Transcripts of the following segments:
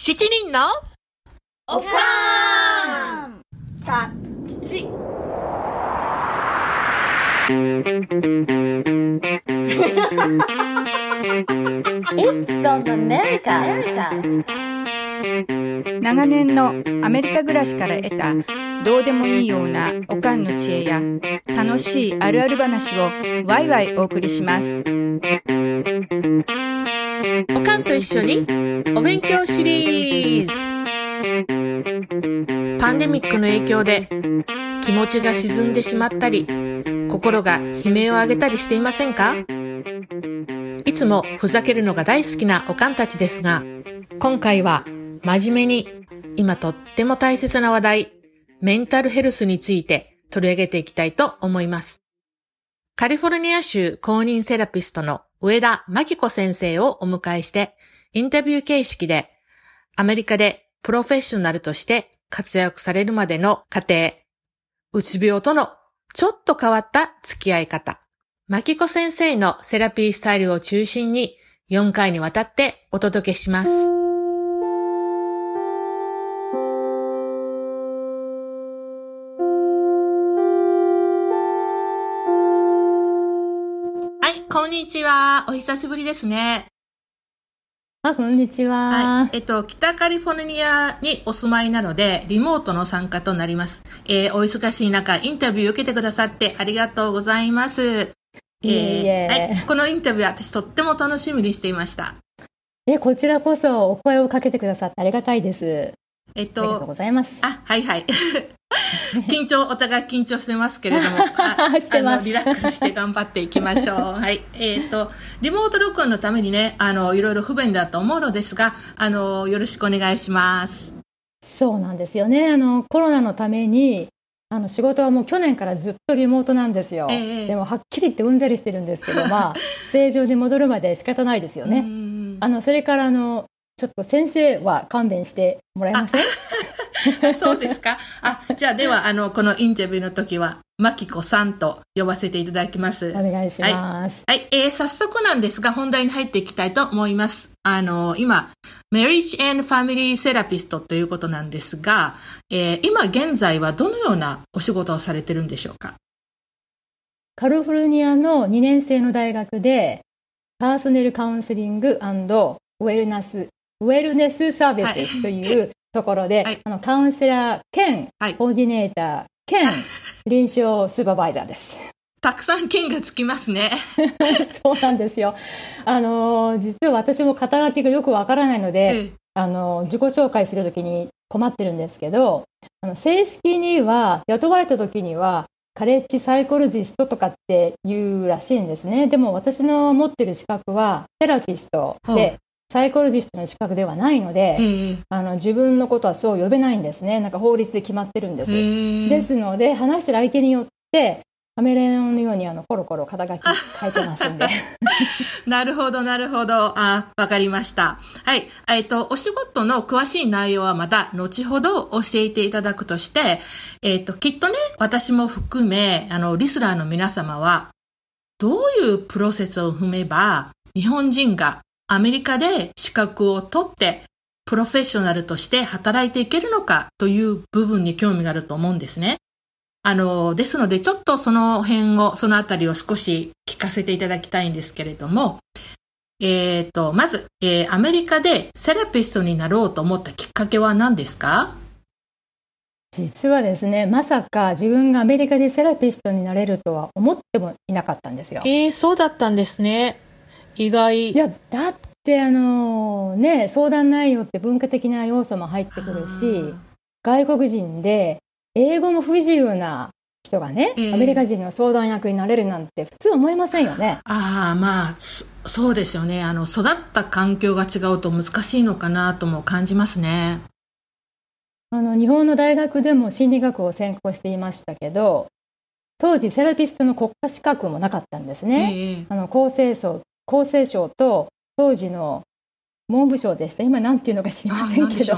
七人のおかーんたち。It's from America. 長年のアメリカ暮らしから得たどうでもいいようなおかんの知恵や楽しいあるある話をワイワイお送りします。 おかんと一緒にお勉強シリーズ。パンデミックの影響で気持ちが沈んでしまったり、心が悲鳴を上げたりしていませんか？いつもふざけるのが大好きなおかんたちですが、今回は真面目に今とっても大切な話題、メンタルヘルスについて取り上げていきたいと思います。カリフォルニア州公認セラピストの上田真紀子先生をお迎えして、インタビュー形式でアメリカでプロフェッショナルとして活躍されるまでの過程、うつ病とのちょっと変わった付き合い方、真紀子先生のセラピースタイルを中心に4回にわたってお届けします。はい、こんにちは。お久しぶりですね。 こんにちは。 はい。北カリフォルニアにお住まいなので、リモートの参加となります。お忙しい中、インタビューを受けてくださってありがとうございます。はい。このインタビュー、私とっても楽しみにしていました。 こちらこそお声をかけてくださってありがたいです。ありがとうございます。 はいはい。お互い緊張してますけれども、 してます。 リラックスして頑張っていきましょう。はい。リモート録音のためにね、いろいろ不便だと思うのですが、よろしくお願いします。 そうなんですよね。コロナのために、仕事はもう去年からずっとリモートなんですよ。でも、はっきり言ってうんざりしてるんですけど、正常に戻るまで仕方ないですよね。それから、ちょっと先生は勘弁してもらえません？ そうですか。じゃあでは、このインタビューの時は、真紀子さんと呼ばせていただきます。 お願いします。 はい。早速なんですが、本題に入っていきたいと思います。今、Marriage and Family Therapist ということなんですが、今現在はどのようなお仕事をされてるんでしょうか？ カリフォルニアの2年生の大学で、パーソナルカウンセリング&ウェルネスサービスというところで、カウンセラー兼コーディネーター兼臨床スーパーバイザーです。 たくさん兼がつきますね。 そうなんですよ。実は私も肩書きがよくわからないので、自己紹介するときに困ってるんですけど、正式には雇われたときにはカレッジサイコロジストとかって言うらしいんですね。でも私の持ってる資格はセラピストで、サイコロジストの資格ではないので、自分のことはそう呼べないんですね。なんか法律で決まってるんです。ですので、話してる相手によって、カメレオンのようにコロコロ肩書き書いてますんで。 なるほど、なるほど。わかりました。はい。お仕事の詳しい内容はまた後ほど教えていただくとして、きっとね、私も含め、リスナーの皆様は、どういうプロセスを踏めば、日本人がアメリカで資格を取ってプロフェッショナルとして働いていけるのかという部分に興味があると思うんですね。ですのでちょっとそのあたりを少し聞かせていただきたいんですけれども、まず、アメリカでセラピストになろうと思ったきっかけは何ですか？ 実はですね、まさか自分がアメリカでセラピストになれるとは思ってもいなかったんですよ。 そうだったんですね。意外。 いや、だって相談内容って文化的な要素も入ってくるし、外国人で英語も不自由な人がね、アメリカ人の相談役になれるなんて普通思いませんよね。 そうですよね。育った環境が違うと難しいのかなとも感じますね。 日本の大学でも心理学を専攻していましたけど、当時セラピストの国家資格もなかったんですね。厚生省と当時の文部省でした。今なんていうのか知りませんけど、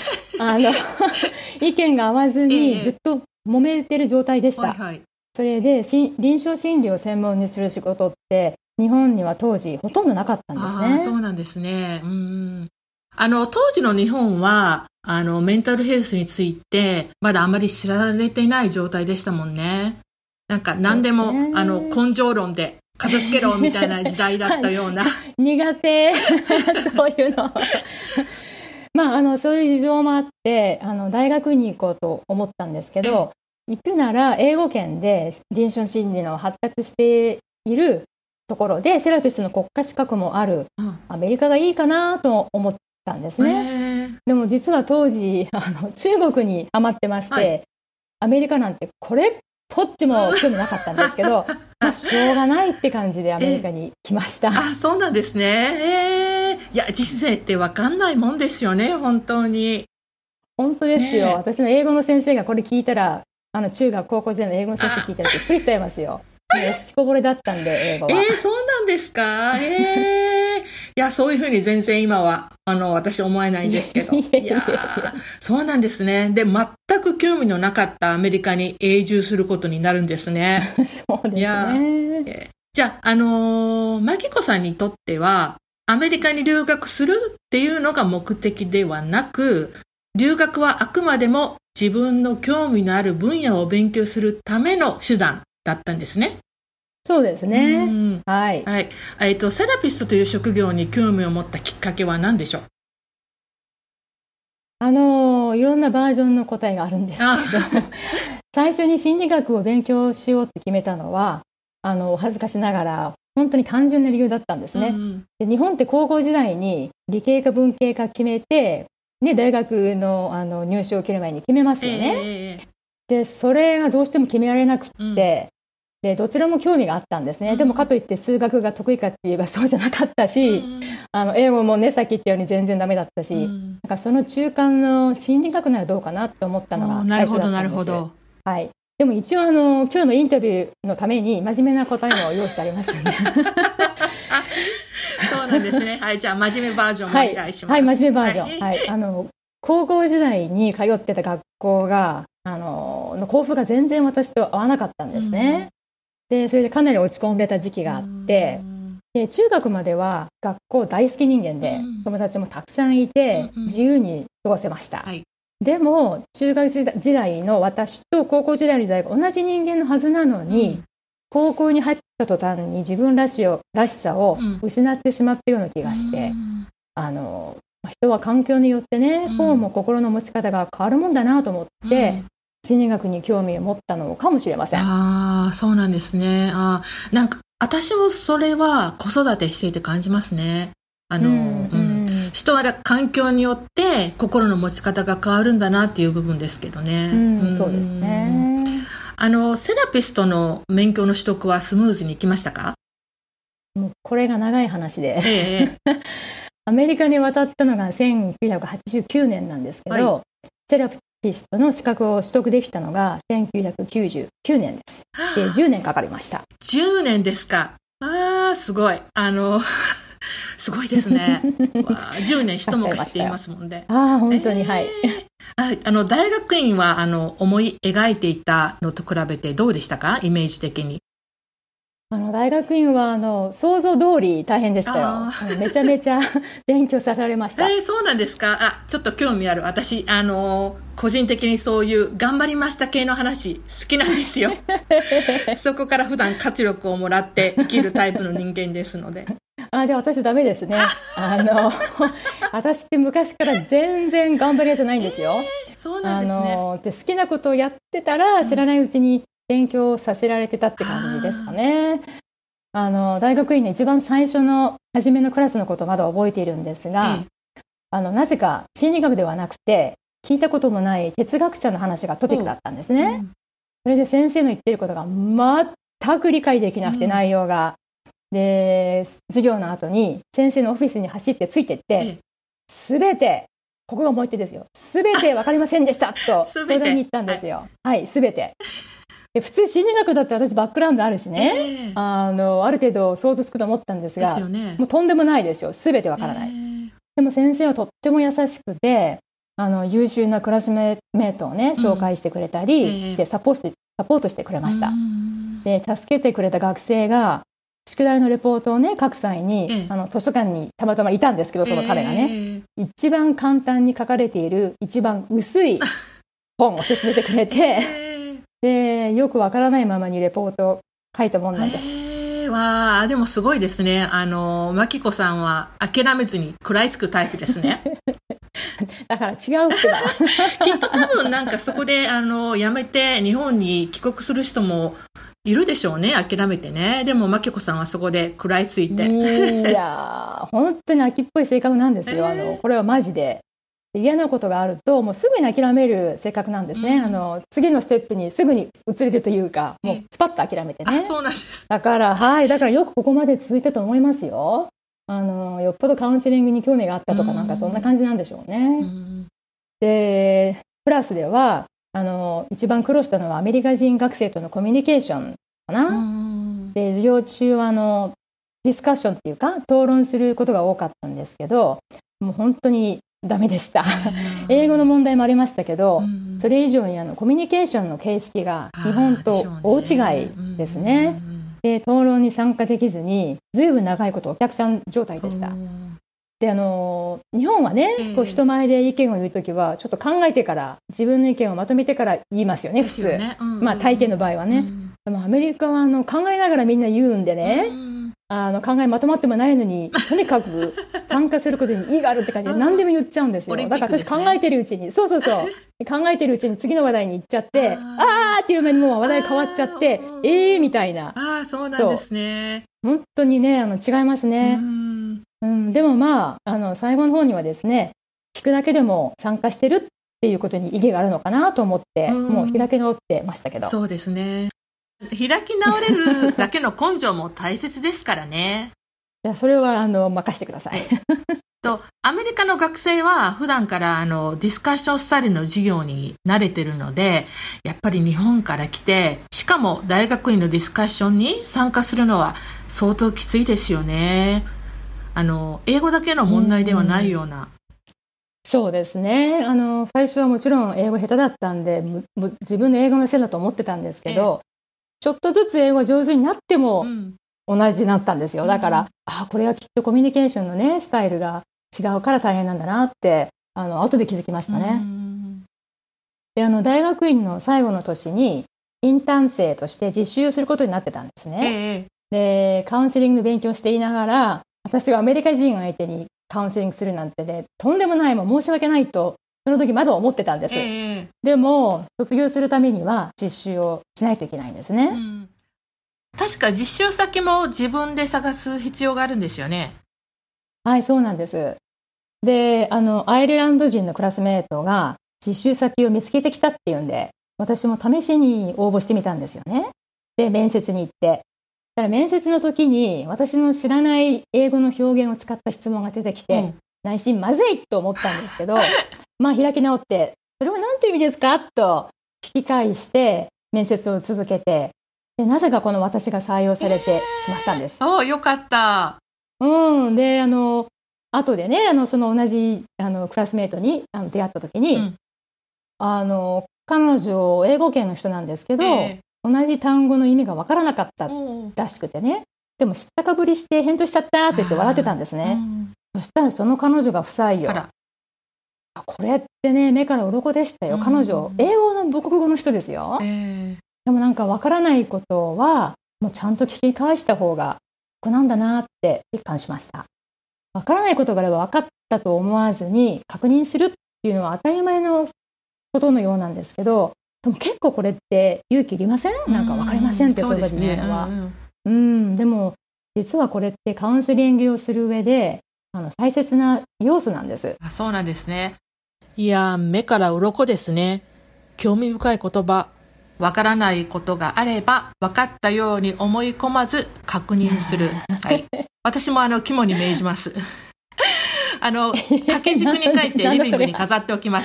意見が合わずにずっと揉めてる状態でした。それで臨床心理を専門にする仕事って日本には当時ほとんどなかったんですね。 そうなんですね。 当時の日本は、メンタルヘルスについて、まだあまり知られていない状態でしたもんね。なんか何でも、根性論で片付けろみたいな時代だったような。 苦手。そういうの。そういう事情もあって、大学に行こうと思ったんですけど、行くなら英語圏で臨床心理の発達しているところで、セラピストの国家資格もある、アメリカがいいかなと思ったんですね。でも実は当時、中国にハマってまして、アメリカなんてこれっぽっちも興味なかったんですけど、しょうがないって感じでアメリカに来ました。 そうなんですね。いや、人生ってわかんないもんですよね、本当に。 本当ですよ。私の英語の先生がこれ聞いたら、中学高校時代の英語の先生聞いたらびっくりしちゃいますよ。落ちこぼれだったんで、英語は。 そうなんですか。いや、そういうふうに全然今は、私思えないんですけど。いや、そうなんですね。で、全く興味のなかったアメリカに永住することになるんですね。 そうですね。 じゃあ、マキコさんにとっては、アメリカに留学するっていうのが目的ではなく、留学はあくまでも自分の興味のある分野を勉強するための手段だったんですね。 そうですね。はい。 セラピストという職業に興味を持ったきっかけは何でしょう？ いろんなバージョンの答えがあるんですけど、最初に心理学を勉強しようって決めたのは、お恥ずかしながら、本当に単純な理由だったんですね。で、日本って高校時代に理系か文系か決めて、大学の、入試を受ける前に決めますよね。で、それがどうしても決められなくって、で、どちらも興味があったんですね。でもかといって数学が得意かって言えばそうじゃなかったし、英語もね、さっき言ったように全然ダメだったし、なんかその中間の心理学ならどうかなと思ったのが最初だったんです。なるほど。はい。でも一応今日のインタビューのために真面目な答えも用意してありますよね。 そうなんですね。はい、じゃあ真面目バージョンお願いします。 はい、真面目バージョン。はい。高校時代に通ってた学校が、の校風が全然私と合わなかったんですね。で、それでかなり落ち込んでた時期があって、で、中学までは学校大好き人間で、友達もたくさんいて、自由に過ごせました。でも、中学時代の私と高校時代の時代が同じ人間のはずなのに、高校に入った途端に自分らしさを失ってしまったような気がして、人は環境によってね、こうも心の持ち方が変わるもんだなと思って、心理学に興味を持ったのかもしれません。 そうなんですね。なんか私もそれは子育てしていて感じますね。人は環境によって心の持ち方が変わるんだなっていう部分ですけどね。 そうですね。 セラピストの免許の取得はスムーズにいきましたか？ もうこれが長い話で、アメリカに渡ったのが1989年なんですけど、セラピストの資格を取得できたのが1999年です。で、10年かかりました。 10年ですか。すごい。すごいですね。10年一もかしていますもんね。 本当に、はい。 大学院は、思い描いていたのと比べてどうでしたか？イメージ的に。 大学院は想像通り大変でしたよ。めちゃめちゃ勉強させられました。 そうなんですか。ちょっと興味ある。私個人的にそういう頑張りました系の話好きなんですよ。そこから普段活力をもらって生きるタイプの人間ですので。 じゃあ私ダメですね。私って昔から全然頑張り屋じゃないんですよ。 そうなんですね。 で、好きなことをやってたら知らないうちに勉強させられてたって感じですかね。大学院の一番最初の初めのクラスのことをまだ覚えているんですが、なぜか心理学ではなくて聞いたこともない哲学者の話がトピックだったんですね。それで先生の言ってることが全く理解できなくて、内容が。で、授業の後に先生のオフィスに走ってついてって、すべて、ここがもう一点ですよ。すべて分かりませんでしたと相談に行ったんですよ。はい、すべて。普通心理学だって私バックグラウンドあるしね、ある程度想像つくと思ったんですが、もうとんでもないですよ。すべてわからない。でも先生はとっても優しくて、優秀なクラスメートをね、紹介してくれたり、でサポートしてくれました。で、助けてくれた学生が、宿題のレポートをね、書く際に、図書館にたまたまいたんですけど、その彼がね。 一番簡単に書かれている一番薄い本を勧めてくれてでよくわからないままにレポートを書いたもんなんです。 わあ、でもすごいですね。マキコさんは諦めずに食らいつくタイプですね。 だから違うってばきっと多分なんかそこで辞めて日本に帰国する人もいるでしょうね。諦めてね。でもマキコさんはそこで食らいついて。 いや本当に秋っぽい性格なんですよ。これはマジで嫌なことがあるともうすぐに諦める性格なんですね。次のステップにすぐに移れるというか、もうスパッと諦めてね。 そうなんです。 だからよくここまで続いたと思いますよ。よっぽどカウンセリングに興味があったとかなんかそんな感じなんでしょうね。でクラスでは一番苦労したのはアメリカ人学生とのコミュニケーションかな。で授業中はディスカッションっていうか討論することが多かったんですけど、もう本当にダメでした。英語の問題もありましたけど、それ以上にコミュニケーションの形式が日本と大違いですね。で討論に参加できずにずいぶん長いことお客さん状態でした。で日本はね、こう人前で意見を言うときはちょっと考えてから自分の意見をまとめてから言いますよね、普通。まあ大抵の場合はね。でもアメリカは考えながらみんな言うんでね、考えまとまってもないのにとにかく参加することに意義があるって感じで何でも言っちゃうんですよ。だから私考えてるうちに考えてるうちに次の話題に行っちゃってあーっていう間にもう話題変わっちゃってみたいな。 そうなんですね。 本当にね違いますね。でもまあ最後の方にはですね、聞くだけでも参加してるっていうことに意義があるのかなと思ってもう開き直ってましたけど。 そうですね。開き直れるだけの根性も大切ですからね。 いやそれは任せてください。 アメリカの学生は普段からディスカッションスタイルの授業に慣れてるので、やっぱり日本から来て、しかも大学院のディスカッションに参加するのは相当きついですよね。英語だけの問題ではないような。 そうですね。最初はもちろん英語下手だったんで自分の英語のせいだと思ってたんですけど、ちょっとずつ英語上手になっても同じになったんですよ。だからこれはきっとコミュニケーションのねスタイルが違うから大変なんだなって後で気づきましたね。で大学院の最後の年にインターン生として実習をすることになってたんですね。でカウンセリングの勉強をしていながら、私はアメリカ人相手にカウンセリングするなんてね、とんでもない、も申し訳ないとその時まだ思ってたんです。でも卒業するためには実習をしないといけないんですね。 確か実習先も自分で探す必要があるんですよね。 はい、そうなんです。でアイルランド人のクラスメートが実習先を見つけてきたっていうんで、私も試しに応募してみたんですよね。で面接に行って、だから面接の時に私の知らない英語の表現を使った質問が出てきて、内心まずいと思ったんですけどまあ開き直ってそれは何という意味ですかと聞き返して面接を続けて、でなぜかこの私が採用されてしまったんです。 よかった。 で後でねその同じクラスメートに出会った時に、彼女英語圏の人なんですけど、同じ単語の意味が分からなかったらしくてね、でも知ったかぶりして返答しちゃったって言って笑ってたんですね。そしたらその彼女が不採用。これってね目から鱗でしたよ。彼女英語の母国語の人ですよ。でもなんか分からないことはもうちゃんと聞き返した方が楽なんだなって実感しました。分からないことがあれば分かったと思わずに確認するっていうのは当たり前のことのようなんですけど、でも結構これって勇気いりません？なんか分かりませんってそういう場で言うのは。でも実はこれってカウンセリングをする上で大切な要素なんです。 そうなんですね。いや目から鱗ですね。興味深い言葉。わからないことがあれば分かったように思い込まず確認する。はい。私も肝に銘じます。掛け軸に書いてリビングに飾っておきます。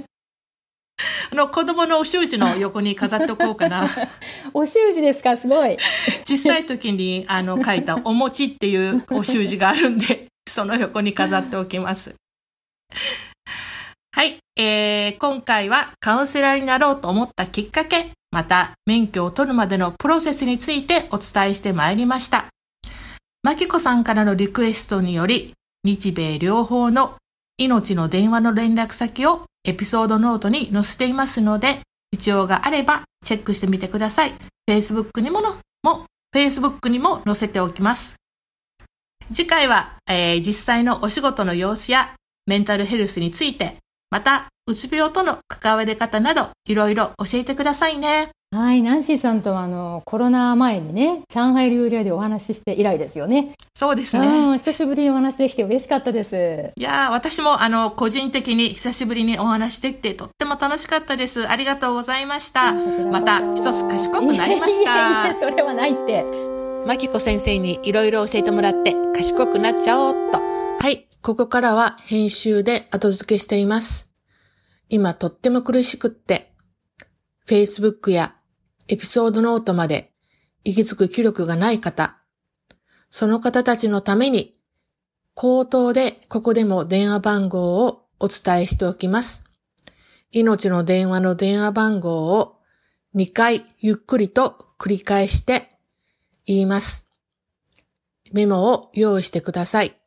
子供のお習字の横に飾っておこうかな。 お習字ですか？すごい。 小さい時に書いたお餅っていうお習字があるんで、その横に飾っておきます。はい、今回はカウンセラーになろうと思ったきっかけ、また免許を取るまでのプロセスについてお伝えしてまいりました。マキコさんからのリクエストにより、日米両方の命の電話の連絡先をエピソードノートに載せていますので、必要があればチェックしてみてください。Facebook にも載せておきます。次回は、実際のお仕事の様子やメンタルヘルスについて、またうつ病との関わり方などいろいろ教えてくださいね。 はい、ナンシーさんとはコロナ前にね、上海流流でお話しして以来ですよね。 そうですね。 久しぶりにお話できて嬉しかったです。 いやー、私も個人的に久しぶりにお話できてとっても楽しかったです。ありがとうございました。また一つ賢くなりました。 いやそれはないって。 マキコ先生にいろいろ教えてもらって賢くなっちゃおうっと。はい、ここからは編集で後付けしています。今とっても苦しくって、Facebook やエピソードノートまで行き着く気力がない方、その方たちのために口頭でここでも電話番号をお伝えしておきます。命の電話の電話番号を2回ゆっくりと繰り返して言います。メモを用意してください。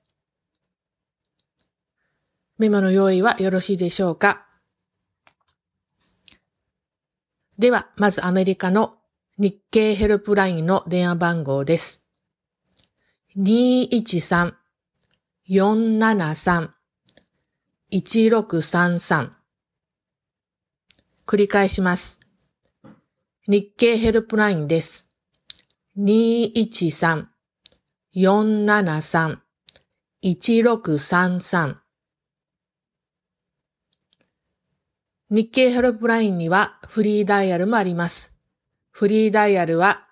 メモの用意はよろしいでしょうか？では、まずアメリカの日経ヘルプラインの電話番号です。213-473-1633 繰り返します。日経ヘルプラインです。213-473-1633 日経ヘルプラインにはフリーダイヤルもあります。フリーダイヤルは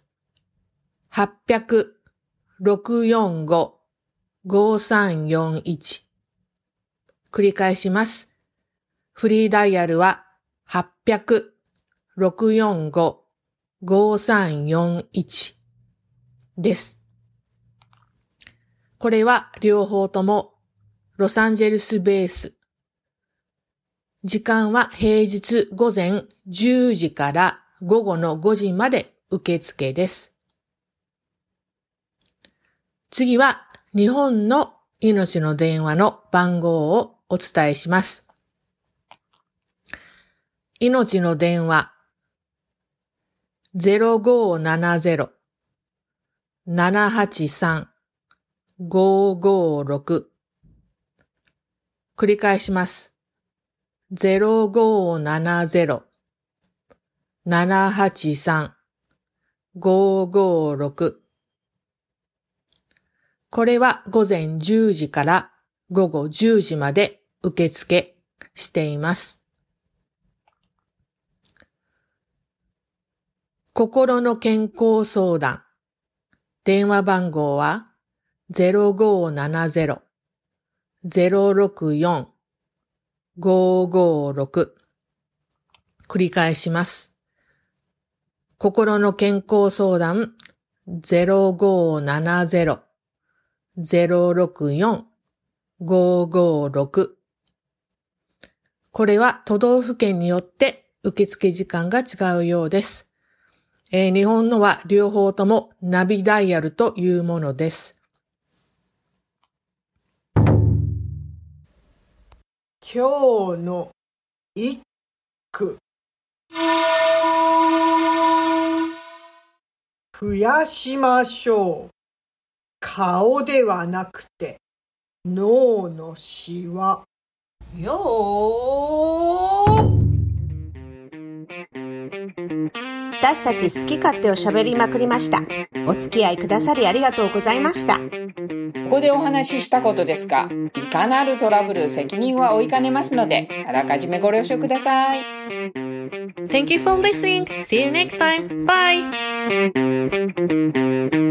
800-645-5341 繰り返します。フリーダイヤルは 800-645-5341 です。これは両方ともロサンゼルスベース。時間は平日午前10時から午後の5時まで受付です。次は日本の命の電話の番号をお伝えします。命の電話 0570-783-556 繰り返します。0570-783-556 これは午前10時から午後10時まで受付しています。心の健康相談電話番号は 0570-064-556 繰り返します。心の健康相談 0570-064-556 これは都道府県によって受付時間が違うようです。日本のは両方ともナビダイヤルというものです。 今日の一句。増やしましょう。顔ではなくて脳のシワ。 私たち好き勝手を喋りまくりました。お付き合いくださりありがとうございました。 ここでお話ししたことですが、いかなるトラブル責任は負いかねますので、あらかじめご了承ください。 Thank you for listening. See you next time. Bye.